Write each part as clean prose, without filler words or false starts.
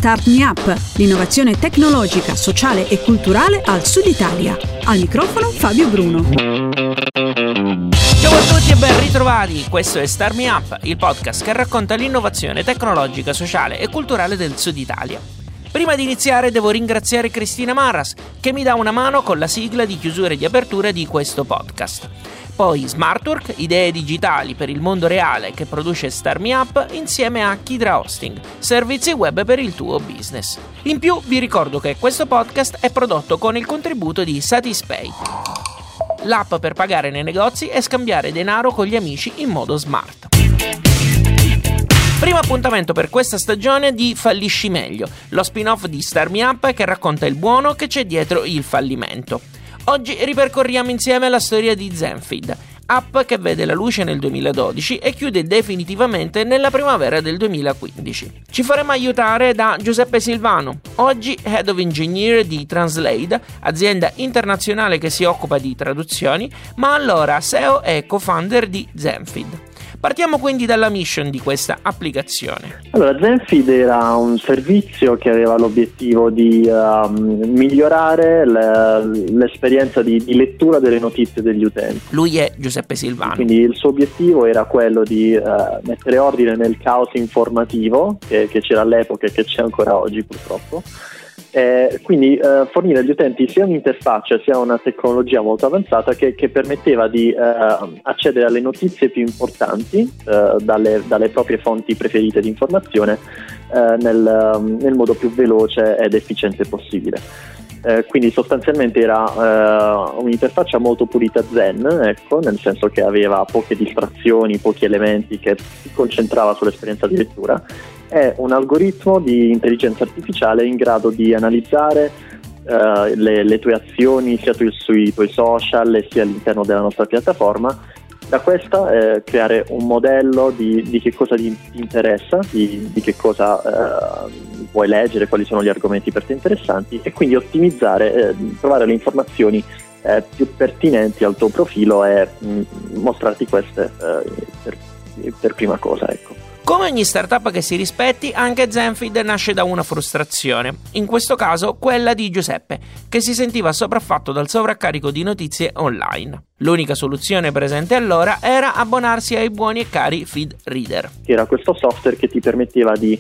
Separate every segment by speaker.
Speaker 1: Start Me Up, l'innovazione tecnologica, sociale e culturale al Sud Italia. Al microfono Fabio Bruno.
Speaker 2: Ciao a tutti e ben ritrovati, questo è Start Me Up, il podcast che racconta l'innovazione tecnologica, sociale e culturale del Sud Italia. Prima di iniziare devo ringraziare Cristina Marras che mi dà una mano con la sigla di chiusura e di apertura di questo podcast. Poi Smartwork, idee digitali per il mondo reale che produce Start Me Up insieme a Kidra Hosting, servizi web per il tuo business. In più vi ricordo che questo podcast è prodotto con il contributo di Satispay, l'app per pagare nei negozi e scambiare denaro con gli amici in modo smart. Primo appuntamento per questa stagione di Fallisci Meglio, lo spin-off di Start Me Up che racconta il buono che c'è dietro il fallimento. Oggi ripercorriamo insieme la storia di Zenfeed, app che vede la luce nel 2012 e chiude definitivamente nella primavera del 2015. Ci faremo aiutare da Giuseppe Silvano, oggi Head of Engineer di Translate, azienda internazionale che si occupa di traduzioni, ma allora CEO e co-founder di Zenfeed. Partiamo quindi dalla mission di questa applicazione.
Speaker 3: Allora, Zenfeed era un servizio che aveva l'obiettivo di migliorare l'esperienza di lettura delle notizie degli utenti.
Speaker 2: Lui è Giuseppe Silvano.
Speaker 3: Quindi il suo obiettivo era quello di mettere ordine nel caos informativo che c'era all'epoca e che c'è ancora oggi purtroppo. Quindi fornire agli utenti sia un'interfaccia sia una tecnologia molto avanzata che permetteva di accedere alle notizie più importanti dalle proprie fonti preferite di informazione nel modo più veloce ed efficiente possibile. Quindi sostanzialmente era un'interfaccia molto pulita Zen, ecco, nel senso che aveva poche distrazioni, pochi elementi, che si concentrava sull'esperienza di lettura. È un algoritmo di intelligenza artificiale in grado di analizzare le tue azioni sia sui tuoi social sia all'interno della nostra piattaforma. Da questa creare un modello di che cosa ti interessa, di che cosa vuoi leggere, quali sono gli argomenti per te interessanti, e quindi ottimizzare, trovare le informazioni più pertinenti al tuo profilo e mostrarti queste per prima cosa, ecco.
Speaker 2: Come ogni startup che si rispetti, anche Zenfeed nasce da una frustrazione, in questo caso quella di Giuseppe, che si sentiva sopraffatto dal sovraccarico di notizie online. L'unica soluzione presente allora era abbonarsi ai buoni e cari feed reader.
Speaker 3: Era questo software che ti permetteva di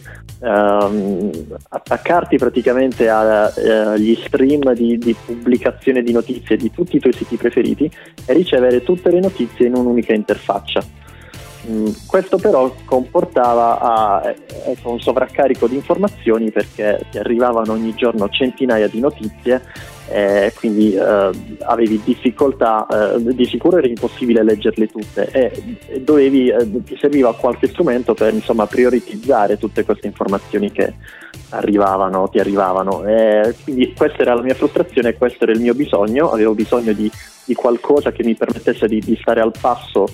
Speaker 3: attaccarti praticamente agli stream di pubblicazione di notizie di tutti i tuoi siti preferiti e ricevere tutte le notizie in un'unica interfaccia. Questo però comportava un sovraccarico di informazioni perché ti arrivavano ogni giorno centinaia di notizie, quindi avevi difficoltà, di sicuro era impossibile leggerle tutte e ti serviva qualche strumento per prioritizzare tutte queste informazioni che ti arrivavano. Quindi questa era la mia frustrazione e questo era il mio bisogno. Avevo bisogno di qualcosa che mi permettesse di stare al passo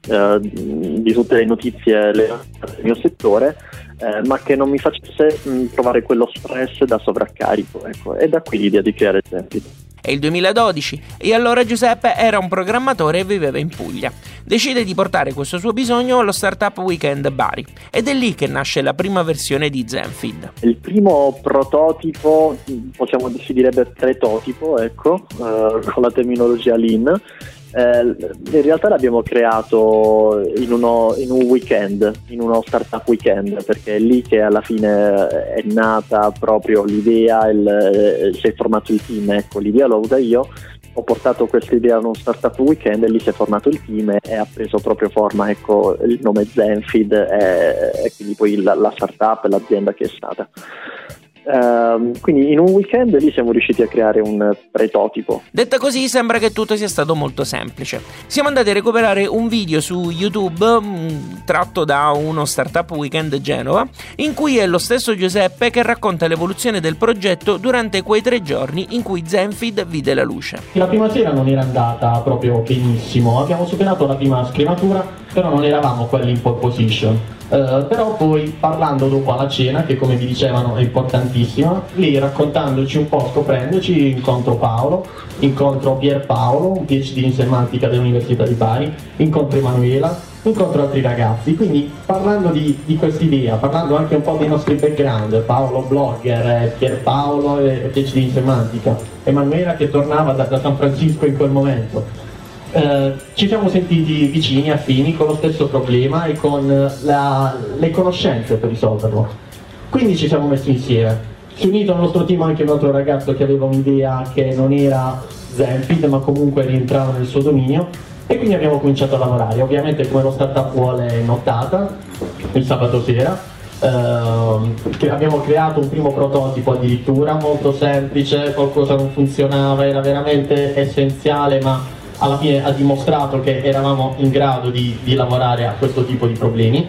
Speaker 3: di tutte le notizie del mio settore, ma che non mi facesse trovare quello stress da sovraccarico, ecco. E da qui l'idea di creare Zenfeed.
Speaker 2: È il 2012 e allora Giuseppe era un programmatore e viveva in Puglia. Decide di portare questo suo bisogno allo Startup Weekend Bari ed è lì che nasce la prima versione di Zenfeed.
Speaker 3: Il primo prototipo, si direbbe pretotipo, ecco, con la terminologia Lean. In realtà l'abbiamo creato in un weekend, in uno startup weekend, perché è lì che alla fine è nata proprio l'idea, si è formato il team, ecco, l'idea l'ho avuta io, ho portato questa idea a uno startup weekend e lì si è formato il team e ha preso proprio forma, ecco, il nome Zenfeed e quindi poi la startup e l'azienda che è stata. Quindi in un weekend lì siamo riusciti a creare un prototipo.
Speaker 2: Detta così sembra che tutto sia stato molto semplice. Siamo andati a recuperare un video su YouTube tratto da uno Startup Weekend Genova, in cui è lo stesso Giuseppe che racconta l'evoluzione del progetto durante quei 3 giorni in cui Zenfeed vide la luce.
Speaker 4: La prima sera non era andata proprio benissimo, abbiamo superato la prima scrematura, però non eravamo quelli in pole position. Però poi parlando dopo alla cena, che come vi dicevano è importantissima, lì raccontandoci un po', scoprendoci, incontro Pierpaolo, un PhD in semantica dell'Università di Bari, incontro Emanuela, incontro altri ragazzi, quindi parlando di quest'idea, parlando anche un po' dei nostri background, Paolo blogger, Pierpaolo PhD in semantica, Emanuela che tornava da San Francisco in quel momento, ci siamo sentiti vicini, affini, con lo stesso problema e con le conoscenze per risolverlo, quindi ci siamo messi insieme. Si è unito al nostro team anche un altro ragazzo che aveva un'idea che non era Zenfid ma comunque rientrava nel suo dominio, e quindi abbiamo cominciato a lavorare. Ovviamente come lo startup vuole nottata, il sabato sera, abbiamo creato un primo prototipo addirittura molto semplice, qualcosa non funzionava, era veramente essenziale, ma alla fine ha dimostrato che eravamo in grado di lavorare a questo tipo di problemi.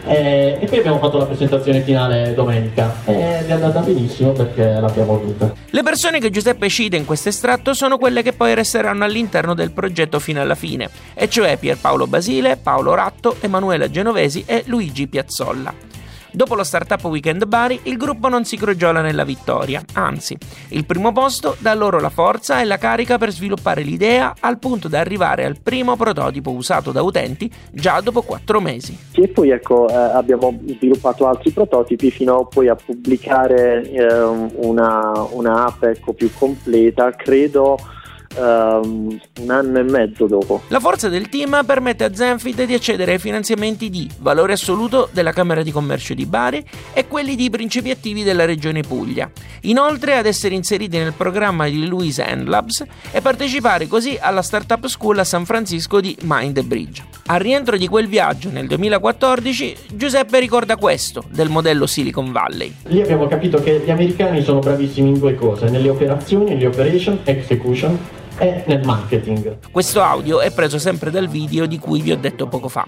Speaker 4: E poi abbiamo fatto la presentazione finale domenica ed è andata benissimo perché l'abbiamo vinta.
Speaker 2: Le persone che Giuseppe cita in questo estratto sono quelle che poi resteranno all'interno del progetto fino alla fine, e cioè Pierpaolo Basile, Paolo Ratto, Emanuela Genovesi e Luigi Piazzolla. Dopo lo Startup Weekend Bari, il gruppo non si crogiola nella vittoria, anzi, il primo posto dà loro la forza e la carica per sviluppare l'idea al punto da arrivare al primo prototipo usato da utenti già dopo 4 mesi.
Speaker 3: E poi abbiamo sviluppato altri prototipi fino poi a pubblicare una app più completa, credo un anno e mezzo dopo.
Speaker 2: La forza del team permette a Zenfid di accedere ai finanziamenti di valore assoluto della Camera di Commercio di Bari e quelli di principi attivi della Regione Puglia. Inoltre ad essere inseriti nel programma di Louise Hand Labs e partecipare così alla Startup School a San Francisco di Mind the Bridge. Al rientro di quel viaggio nel 2014, Giuseppe ricorda questo del modello Silicon Valley.
Speaker 4: Lì abbiamo capito che gli americani sono bravissimi in 2 cose, nelle operazioni, nelle operation, execution, e nel marketing.
Speaker 2: Questo audio è preso sempre dal video di cui vi ho detto poco fa.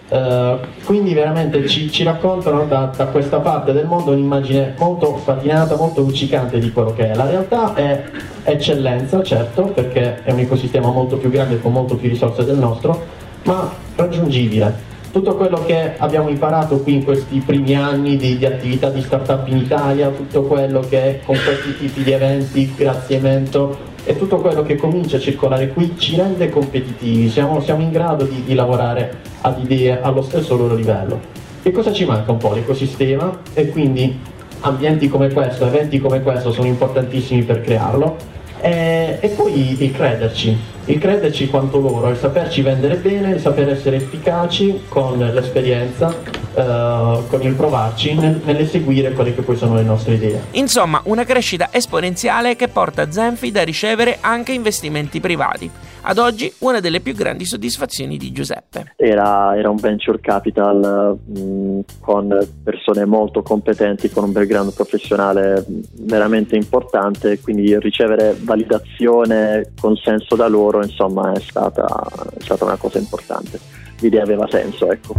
Speaker 4: Quindi veramente ci raccontano da questa parte del mondo un'immagine molto patinata, molto luccicante di quello che è. La realtà è eccellenza, certo, perché è un ecosistema molto più grande con molto più risorse del nostro, ma raggiungibile. Tutto quello che abbiamo imparato qui in questi primi anni di attività di startup in Italia, tutto quello che con questi tipi di eventi, graziamento e tutto quello che comincia a circolare qui ci rende competitivi, siamo in grado di lavorare ad idee allo stesso loro livello. Che cosa ci manca un po'? L'ecosistema, e quindi ambienti come questo, eventi come questo sono importantissimi per crearlo, e poi il crederci quanto loro, il saperci vendere bene, il saper essere efficaci con l'esperienza, con il provarci nell'eseguire quelle che poi sono le nostre idee.
Speaker 2: Insomma, una crescita esponenziale che porta Zenfid a ricevere anche investimenti privati. Ad oggi una delle più grandi soddisfazioni di Giuseppe.
Speaker 3: Era un venture capital con persone molto competenti, con un background professionale veramente importante, quindi ricevere validazione, consenso da loro, insomma, è stata una cosa importante. L'idea aveva senso, ecco.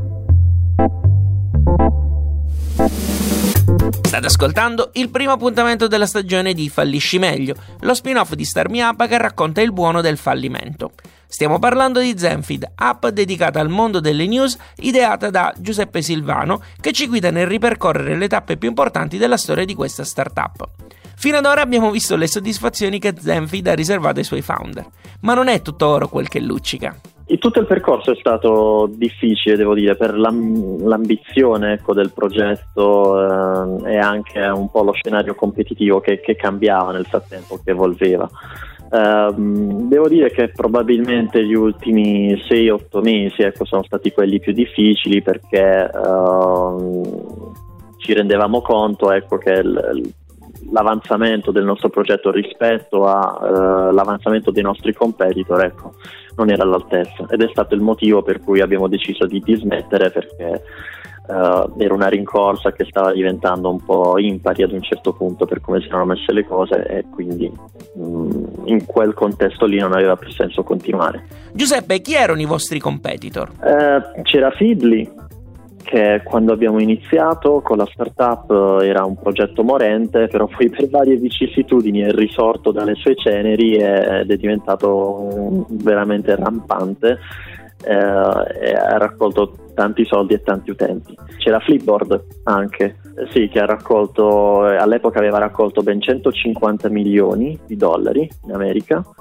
Speaker 2: State ascoltando il primo appuntamento della stagione di Fallisci Meglio, lo spin-off di Start Me Up che racconta il buono del fallimento. Stiamo parlando di Zenfid, app dedicata al mondo delle news, ideata da Giuseppe Silvano, che ci guida nel ripercorrere le tappe più importanti della storia di questa startup. Fino ad ora abbiamo visto le soddisfazioni che Zenfid ha riservato ai suoi founder, ma non è tutto oro quel che luccica.
Speaker 3: Tutto il percorso è stato difficile, devo dire, per l'ambizione del progetto e anche un po' lo scenario competitivo che cambiava nel frattempo, che evolveva. Devo dire che probabilmente gli ultimi 6-8 mesi sono stati quelli più difficili, perché ci rendevamo conto che l'avanzamento del nostro progetto rispetto all'avanzamento dei nostri competitor non era all'altezza, ed è stato il motivo per cui abbiamo deciso di dismettere, perché era una rincorsa che stava diventando un po' impari ad un certo punto per come si erano messe le cose, e quindi in quel contesto lì non aveva più senso continuare.
Speaker 2: Giuseppe, chi erano i vostri competitor?
Speaker 3: C'era Feedly, che quando abbiamo iniziato con la startup era un progetto morente, però poi per varie vicissitudini è risorto dalle sue ceneri ed è diventato veramente rampante, e ha raccolto tanti soldi e tanti utenti. C'era Flipboard anche, sì, che all'epoca aveva raccolto ben $150 milioni in America.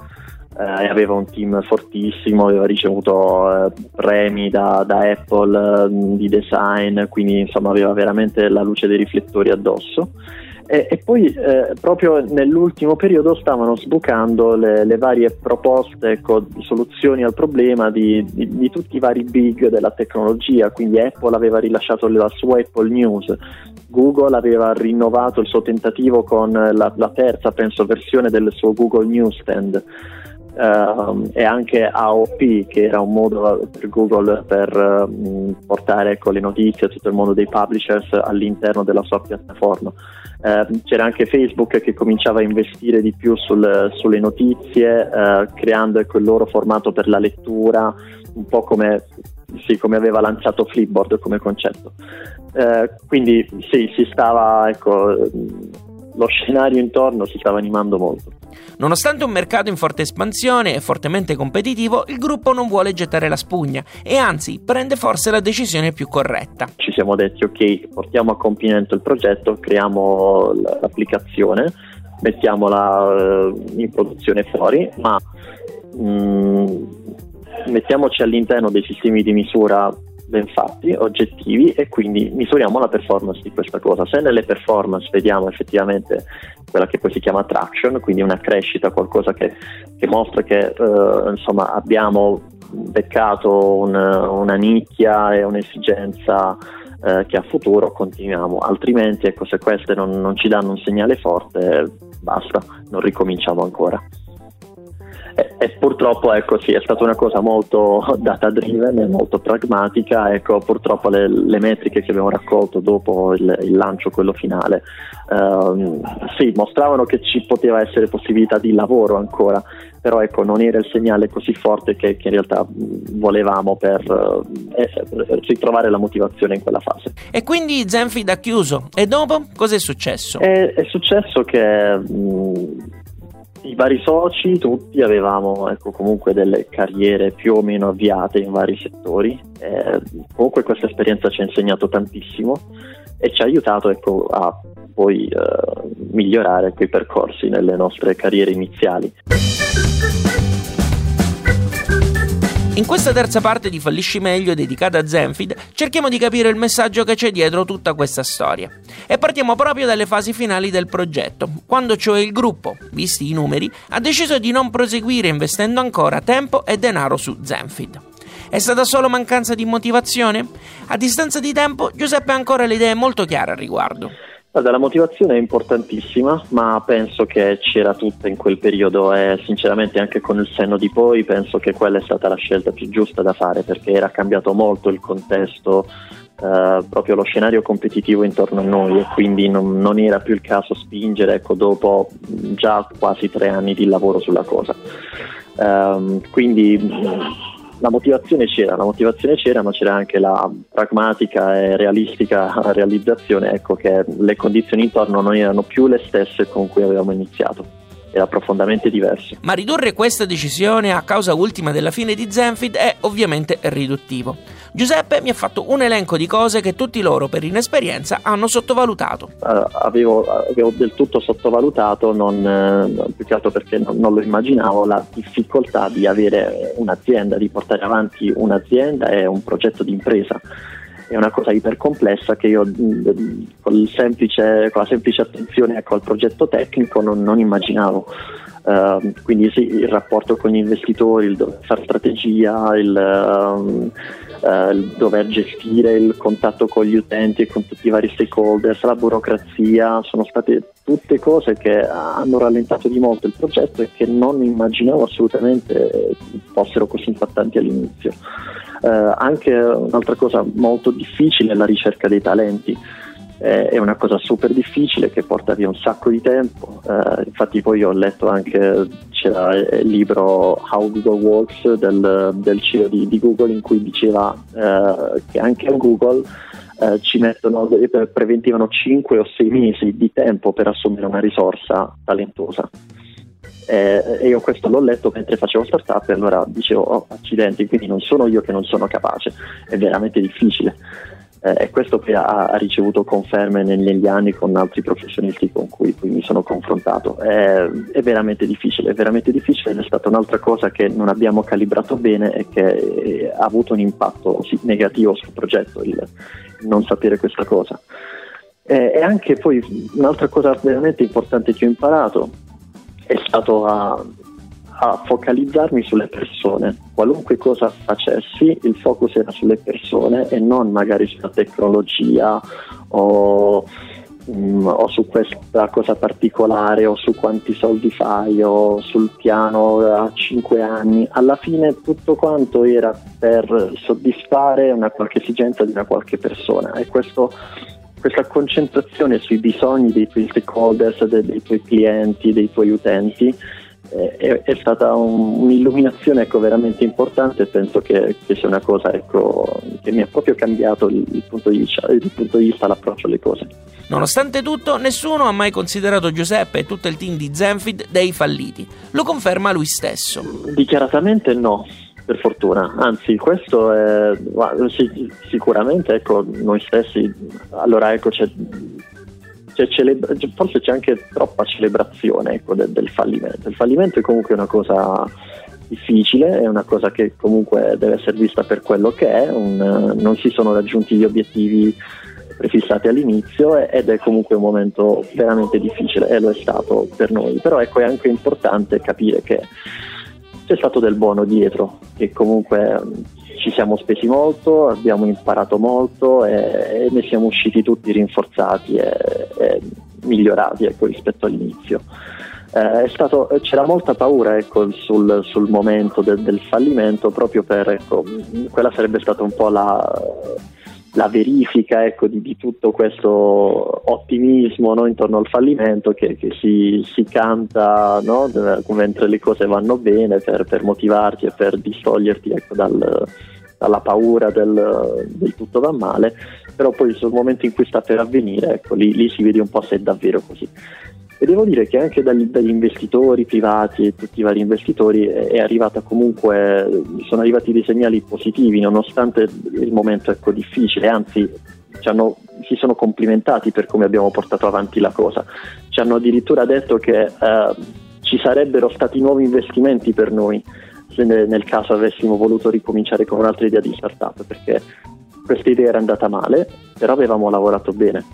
Speaker 3: aveva un team fortissimo, aveva ricevuto premi da Apple di design, quindi insomma aveva veramente la luce dei riflettori addosso. E poi proprio nell'ultimo periodo stavano sbucando le varie proposte, di soluzioni al problema di tutti i vari big della tecnologia. Quindi Apple aveva rilasciato la sua Apple News, Google aveva rinnovato il suo tentativo con la terza, penso, versione del suo Google Newsstand, e anche AOP, che era un modo per Google per portare le notizie a tutto il mondo dei publishers all'interno della sua piattaforma. C'era anche Facebook che cominciava a investire di più sulle notizie, creando il loro formato per la lettura, un po' come aveva lanciato Flipboard come concetto. Quindi si stava, lo scenario intorno si stava animando molto.
Speaker 2: Nonostante un mercato in forte espansione e fortemente competitivo, il gruppo non vuole gettare la spugna e anzi prende forse la decisione più corretta.
Speaker 3: Ci siamo detti: ok, portiamo a compimento il progetto, creiamo l'applicazione, mettiamola in produzione fuori, ma mettiamoci all'interno dei sistemi di misura ben fatti, oggettivi, e quindi misuriamo la performance di questa cosa. Se nelle performance vediamo effettivamente quella che poi si chiama traction, quindi una crescita, qualcosa che mostra che insomma abbiamo beccato una nicchia e un'esigenza che a futuro continuiamo, altrimenti se queste non ci danno un segnale forte, basta, non ricominciamo ancora. E purtroppo sì, è stata una cosa molto data driven e molto pragmatica. Purtroppo le metriche che abbiamo raccolto dopo il lancio, quello finale, mostravano che ci poteva essere possibilità di lavoro ancora, però non era il segnale così forte che in realtà volevamo per ritrovare la motivazione in quella fase.
Speaker 2: E quindi Zenfid ha chiuso, e dopo cosa è successo?
Speaker 3: È successo che i vari soci tutti avevamo comunque delle carriere più o meno avviate in vari settori. Comunque questa esperienza ci ha insegnato tantissimo e ci ha aiutato a poi migliorare quei percorsi nelle nostre carriere iniziali.
Speaker 2: In questa terza parte di Fallisci Meglio, dedicata a Zenfid, cerchiamo di capire il messaggio che c'è dietro tutta questa storia. E partiamo proprio dalle fasi finali del progetto, quando cioè il gruppo, visti i numeri, ha deciso di non proseguire investendo ancora tempo e denaro su Zenfid. È stata solo mancanza di motivazione? A distanza di tempo, Giuseppe ha ancora le idee molto chiare al riguardo.
Speaker 3: Guarda, la motivazione è importantissima, ma penso che c'era tutta in quel periodo e sinceramente anche con il senno di poi penso che quella è stata la scelta più giusta da fare, perché era cambiato molto il contesto, proprio lo scenario competitivo intorno a noi, e quindi non era più il caso spingere dopo già quasi 3 anni di lavoro sulla cosa. Quindi la motivazione c'era, ma c'era anche la pragmatica e realistica realizzazione, che le condizioni intorno non erano più le stesse con cui avevamo iniziato. Era profondamente diverso.
Speaker 2: Ma ridurre questa decisione a causa ultima della fine di Zenfid è ovviamente riduttivo. Giuseppe mi ha fatto un elenco di cose che tutti loro, per inesperienza, hanno sottovalutato.
Speaker 3: Avevo del tutto sottovalutato, più che altro perché non lo immaginavo, la difficoltà di avere un'azienda, di portare avanti un'azienda e un progetto di impresa. È una cosa ipercomplessa che io con la semplice attenzione al progetto tecnico non immaginavo. Quindi sì, il rapporto con gli investitori, il dover fare strategia, il dover gestire il contatto con gli utenti e con tutti i vari stakeholders, la burocrazia, sono state tutte cose che hanno rallentato di molto il progetto e che non immaginavo assolutamente fossero così impattanti all'inizio. Anche un'altra cosa molto difficile è la ricerca dei talenti. È una cosa super difficile che porta via un sacco di tempo. Infatti poi ho letto anche, c'era il libro How Google Works del CEO di Google, in cui diceva che anche a Google preventivano 5 o 6 mesi di tempo per assumere una risorsa talentosa. E io questo l'ho letto mentre facevo startup e allora dicevo accidenti, quindi non sono io che non sono capace, è veramente difficile. E questo poi ha ricevuto conferme negli anni con altri professionisti con cui mi sono confrontato. È veramente difficile ed è stata un'altra cosa che non abbiamo calibrato bene e che ha avuto un impatto negativo sul progetto, il non sapere questa cosa. E anche poi un'altra cosa veramente importante che ho imparato è stato a focalizzarmi sulle persone. Qualunque cosa facessi, il focus era sulle persone e non magari sulla tecnologia o su questa cosa particolare o su quanti soldi fai o sul piano a 5 anni. Alla fine tutto quanto era per soddisfare una qualche esigenza di una qualche persona, e questa concentrazione sui bisogni dei tuoi stakeholders, dei tuoi clienti, dei tuoi utenti è stata un'illuminazione veramente importante, e penso che sia una cosa che mi ha proprio cambiato il punto di vista, l'approccio alle cose.
Speaker 2: Nonostante tutto, nessuno ha mai considerato Giuseppe e tutto il team di Zenfid dei falliti. Lo conferma lui stesso.
Speaker 3: Dichiaratamente no, per fortuna, anzi questo è sicuramente noi stessi, allora forse c'è anche troppa celebrazione del fallimento. Il fallimento è comunque una cosa difficile, è una cosa che comunque deve essere vista per quello che è, non si sono raggiunti gli obiettivi prefissati all'inizio ed è comunque un momento veramente difficile, e lo è stato per noi. Però è anche importante capire che c'è stato del buono dietro, che comunque ci siamo spesi molto, abbiamo imparato molto e ne siamo usciti tutti rinforzati e migliorati rispetto all'inizio. C'era molta paura sul momento del fallimento, proprio per quella sarebbe stata un po' la verifica di tutto questo ottimismo, intorno al fallimento che si canta, mentre le cose vanno bene, per motivarti e per distoglierti dalla paura del tutto va male. Però poi sul momento in cui sta per avvenire, lì si vede un po' se è davvero così. E devo dire che anche dagli investitori privati e tutti i vari investitori sono arrivati dei segnali positivi, nonostante il momento difficile. Anzi, si sono complimentati per come abbiamo portato avanti la cosa. Ci hanno addirittura detto che ci sarebbero stati nuovi investimenti per noi se nel caso avessimo voluto ricominciare con un'altra idea di startup, perché questa idea era andata male, però avevamo lavorato bene.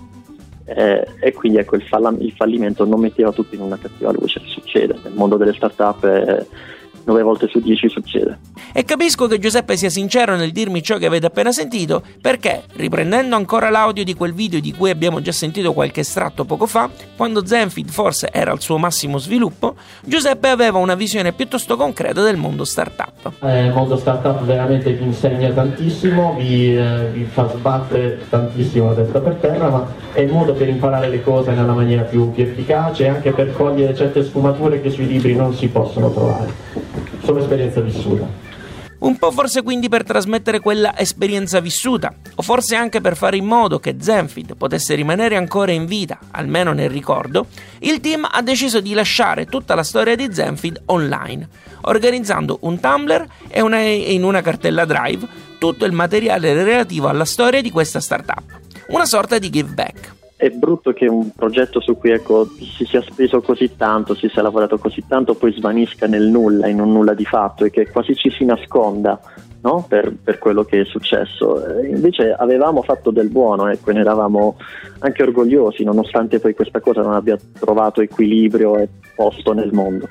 Speaker 3: E quindi il fallimento non metteva tutto in una cattiva luce. Succede nel mondo delle startup, 9 volte su 10 succede.
Speaker 2: E capisco che Giuseppe sia sincero nel dirmi ciò che avete appena sentito, perché, riprendendo ancora l'audio di quel video di cui abbiamo già sentito qualche estratto poco fa, quando Zenfid forse era al suo massimo sviluppo, Giuseppe aveva una visione piuttosto concreta del mondo startup.
Speaker 4: Il mondo startup veramente vi insegna tantissimo, vi fa sbattere tantissimo la testa per terra, ma è il modo per imparare le cose nella maniera più efficace, e anche per cogliere certe sfumature che sui libri non si possono trovare. Sono esperienza vissuta.
Speaker 2: Un po' forse quindi per trasmettere quella esperienza vissuta, o forse anche per fare in modo che Zenfid potesse rimanere ancora in vita, almeno nel ricordo, il team ha deciso di lasciare tutta la storia di Zenfid online, organizzando un Tumblr e in una cartella Drive tutto il materiale relativo alla storia di questa startup. Una sorta di give back.
Speaker 3: È brutto che un progetto su cui si sia speso così tanto, si sia lavorato così tanto, poi svanisca nel nulla, in un nulla di fatto, e che quasi ci si nasconda, per quello che è successo. Invece avevamo fatto del buono, e ne eravamo anche orgogliosi, nonostante poi questa cosa non abbia trovato equilibrio e posto nel mondo.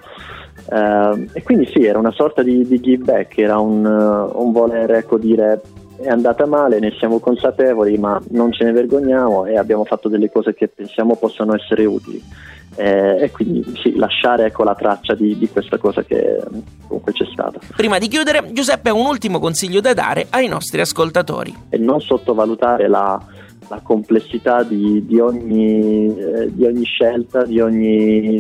Speaker 3: E quindi sì, era una sorta di give back, era un voler dire: è andata male, ne siamo consapevoli, ma non ce ne vergogniamo e abbiamo fatto delle cose che pensiamo possano essere utili. E quindi sì, lasciare la traccia di questa cosa che comunque c'è stata.
Speaker 2: Prima di chiudere, Giuseppe ha un ultimo consiglio da dare ai nostri ascoltatori.
Speaker 3: E non sottovalutare la complessità di ogni scelta, di ogni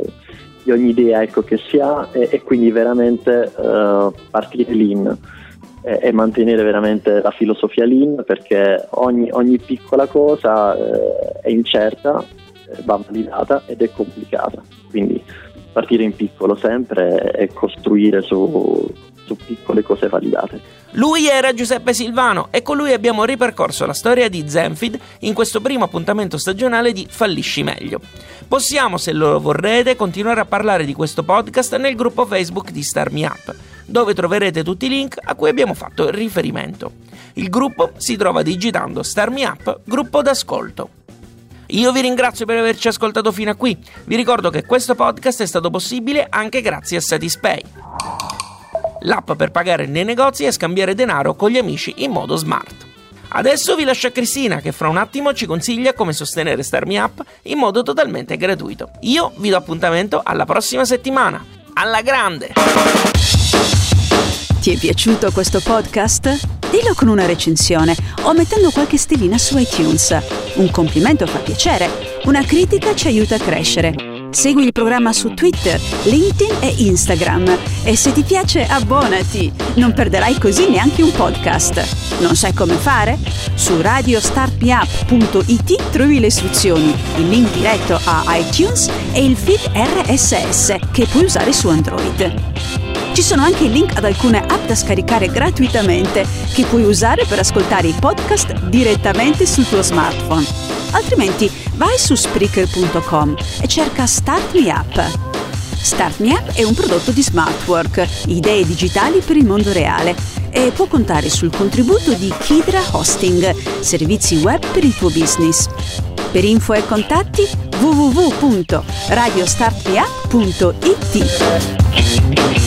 Speaker 3: idea che si ha, e quindi veramente partire lean e mantenere veramente la filosofia lean, perché ogni piccola cosa è incerta, va validata ed è complicata. Quindi partire in piccolo sempre e costruire su su piccole cose validate.
Speaker 2: Lui era Giuseppe Silvano e con lui abbiamo ripercorso la storia di Zenfid in questo primo appuntamento stagionale di Fallisci Meglio. Possiamo, se lo vorrete, continuare a parlare di questo podcast nel gruppo Facebook di Start Me Up, dove troverete tutti i link a cui abbiamo fatto riferimento. Il gruppo si trova digitando Start Me Up gruppo d'ascolto. Io vi ringrazio per averci ascoltato fino a qui. Vi ricordo che questo podcast è stato possibile anche grazie a Satispay, l'app per pagare nei negozi e scambiare denaro con gli amici in modo smart. Adesso vi lascio a Cristina che fra un attimo ci consiglia come sostenere Start Me Up in modo totalmente gratuito. Io vi do appuntamento alla prossima settimana. Alla grande!
Speaker 1: Ti è piaciuto questo podcast? Dillo con una recensione o mettendo qualche stellina su iTunes. Un complimento fa piacere, una critica ci aiuta a crescere. Segui il programma su Twitter, LinkedIn e Instagram e se ti piace abbonati, non perderai così neanche un podcast. Non sai come fare? Su radiostartmeup.it trovi le istruzioni, il link diretto a iTunes e il feed RSS che puoi usare su Android. Ci sono anche i link ad alcune app da scaricare gratuitamente che puoi usare per ascoltare i podcast direttamente sul tuo smartphone. Altrimenti vai su Spreaker.com e cerca Start Me Up. Start Me Up è un prodotto di Smartwork, idee digitali per il mondo reale, e può contare sul contributo di Kidra Hosting, servizi web per il tuo business. Per info e contatti www.radiostartmeup.it.